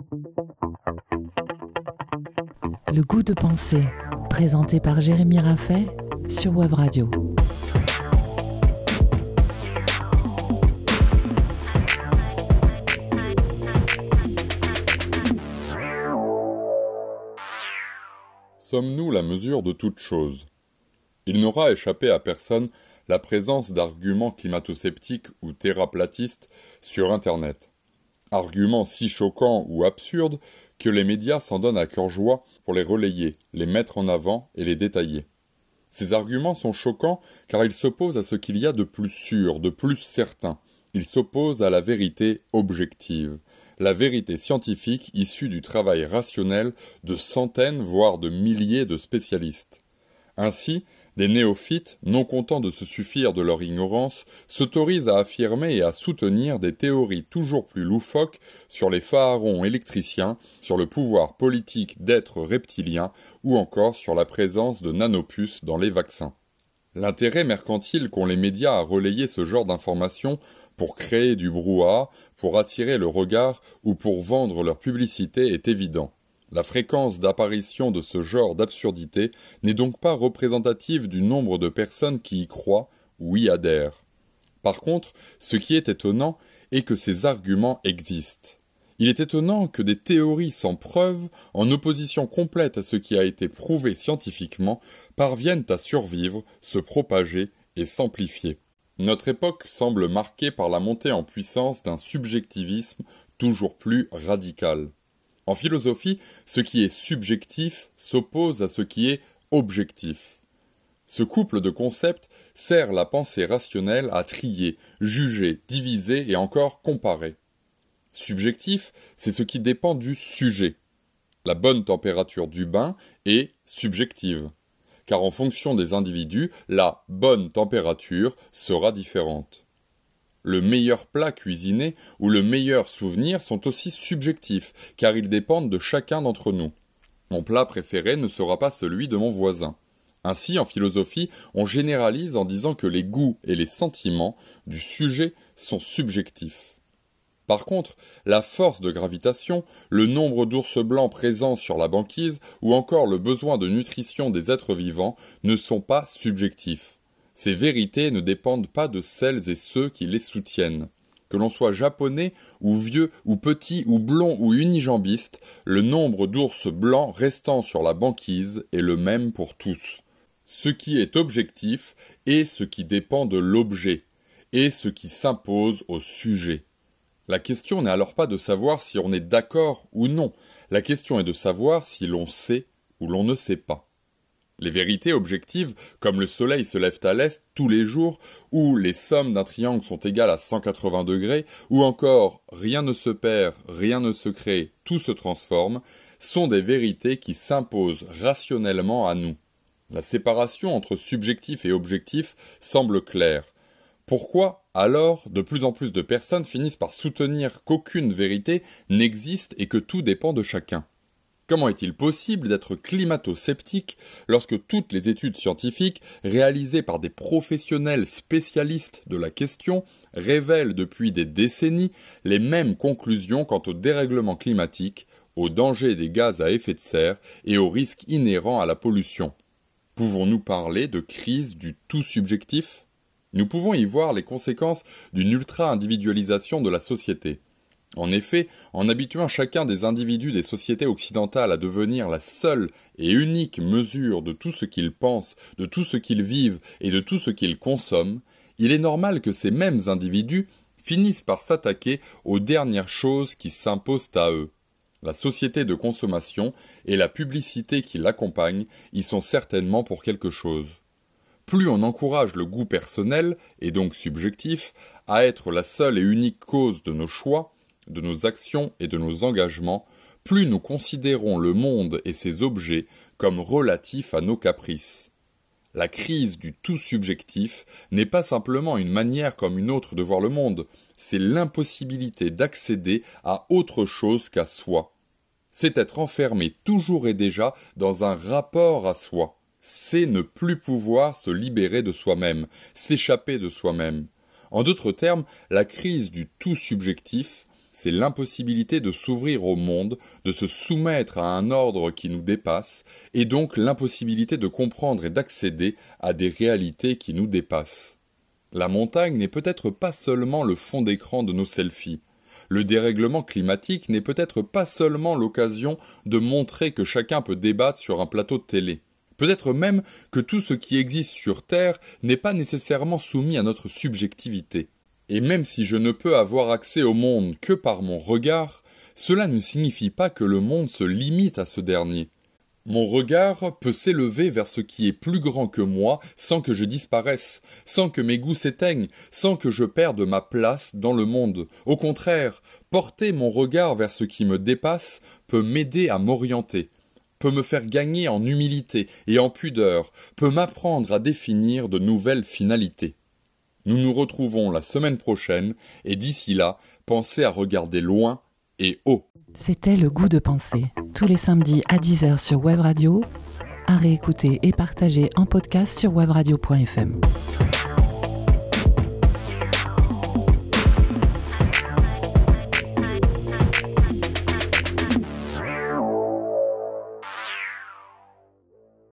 Le goût de penser, présenté par Jérémy Raffet sur Web Radio. Sommes-nous la mesure de toute chose ? Il n'aura échappé à personne la présence d'arguments climato-sceptiques ou terraplatistes sur Internet. Arguments si choquants ou absurdes que les médias s'en donnent à cœur joie pour les relayer, les mettre en avant et les détailler. Ces arguments sont choquants car ils s'opposent à ce qu'il y a de plus sûr, de plus certain. Ils s'opposent à la vérité objective, la vérité scientifique issue du travail rationnel de centaines, voire de milliers de spécialistes. Ainsi, des néophytes, non contents de se suffire de leur ignorance, s'autorisent à affirmer et à soutenir des théories toujours plus loufoques sur les pharaons électriciens, sur le pouvoir politique d'êtres reptiliens ou encore sur la présence de nanopuces dans les vaccins. L'intérêt mercantile qu'ont les médias à relayer ce genre d'informations pour créer du brouhaha, pour attirer le regard ou pour vendre leur publicité est évident. La fréquence d'apparition de ce genre d'absurdité n'est donc pas représentative du nombre de personnes qui y croient ou y adhèrent. Par contre, ce qui est étonnant est que ces arguments existent. Il est étonnant que des théories sans preuve, en opposition complète à ce qui a été prouvé scientifiquement, parviennent à survivre, se propager et s'amplifier. Notre époque semble marquée par la montée en puissance d'un subjectivisme toujours plus radical. En philosophie, ce qui est subjectif s'oppose à ce qui est objectif. Ce couple de concepts sert la pensée rationnelle à trier, juger, diviser et encore comparer. Subjectif, c'est ce qui dépend du sujet. La bonne température du bain est subjective, car en fonction des individus, la bonne température sera différente. Le meilleur plat cuisiné ou le meilleur souvenir sont aussi subjectifs, car ils dépendent de chacun d'entre nous. Mon plat préféré ne sera pas celui de mon voisin. Ainsi, en philosophie, on généralise en disant que les goûts et les sentiments du sujet sont subjectifs. Par contre, la force de gravitation, le nombre d'ours blancs présents sur la banquise ou encore le besoin de nutrition des êtres vivants ne sont pas subjectifs. Ces vérités ne dépendent pas de celles et ceux qui les soutiennent. Que l'on soit japonais, ou vieux, ou petit, ou blond, ou unijambiste, le nombre d'ours blancs restant sur la banquise est le même pour tous. Ce qui est objectif est ce qui dépend de l'objet, et ce qui s'impose au sujet. La question n'est alors pas de savoir si on est d'accord ou non, la question est de savoir si l'on sait ou l'on ne sait pas. Les vérités objectives, comme le soleil se lève à l'est tous les jours, ou les sommes d'un triangle sont égales à 180 degrés, ou encore rien ne se perd, rien ne se crée, tout se transforme, sont des vérités qui s'imposent rationnellement à nous. La séparation entre subjectif et objectif semble claire. Pourquoi, alors, de plus en plus de personnes finissent par soutenir qu'aucune vérité n'existe et que tout dépend de chacun ? Comment est-il possible d'être climato-sceptique lorsque toutes les études scientifiques réalisées par des professionnels spécialistes de la question révèlent depuis des décennies les mêmes conclusions quant au dérèglement climatique, aux dangers des gaz à effet de serre et aux risques inhérents à la pollution ? Pouvons-nous parler de crise du tout subjectif ? Nous pouvons y voir les conséquences d'une ultra-individualisation de la société. En effet, en habituant chacun des individus des sociétés occidentales à devenir la seule et unique mesure de tout ce qu'ils pensent, de tout ce qu'ils vivent et de tout ce qu'ils consomment, il est normal que ces mêmes individus finissent par s'attaquer aux dernières choses qui s'imposent à eux. La société de consommation et la publicité qui l'accompagne y sont certainement pour quelque chose. Plus on encourage le goût personnel, et donc subjectif, à être la seule et unique cause de nos choix, de nos actions et de nos engagements, plus nous considérons le monde et ses objets comme relatifs à nos caprices. La crise du tout subjectif n'est pas simplement une manière comme une autre de voir le monde, c'est l'impossibilité d'accéder à autre chose qu'à soi. C'est être enfermé toujours et déjà dans un rapport à soi. C'est ne plus pouvoir se libérer de soi-même, s'échapper de soi-même. En d'autres termes, la crise du tout subjectif, c'est l'impossibilité de s'ouvrir au monde, de se soumettre à un ordre qui nous dépasse, et donc l'impossibilité de comprendre et d'accéder à des réalités qui nous dépassent. La montagne n'est peut-être pas seulement le fond d'écran de nos selfies. Le dérèglement climatique n'est peut-être pas seulement l'occasion de montrer que chacun peut débattre sur un plateau de télé. Peut-être même que tout ce qui existe sur Terre n'est pas nécessairement soumis à notre subjectivité. Et même si je ne peux avoir accès au monde que par mon regard, cela ne signifie pas que le monde se limite à ce dernier. Mon regard peut s'élever vers ce qui est plus grand que moi sans que je disparaisse, sans que mes goûts s'éteignent, sans que je perde ma place dans le monde. Au contraire, porter mon regard vers ce qui me dépasse peut m'aider à m'orienter, peut me faire gagner en humilité et en pudeur, peut m'apprendre à définir de nouvelles finalités. Nous nous retrouvons la semaine prochaine et d'ici là, pensez à regarder loin et haut. C'était Le Goût de penser, tous les samedis à 10h sur Web Radio, à réécouter et partager en podcast sur webradio.fm.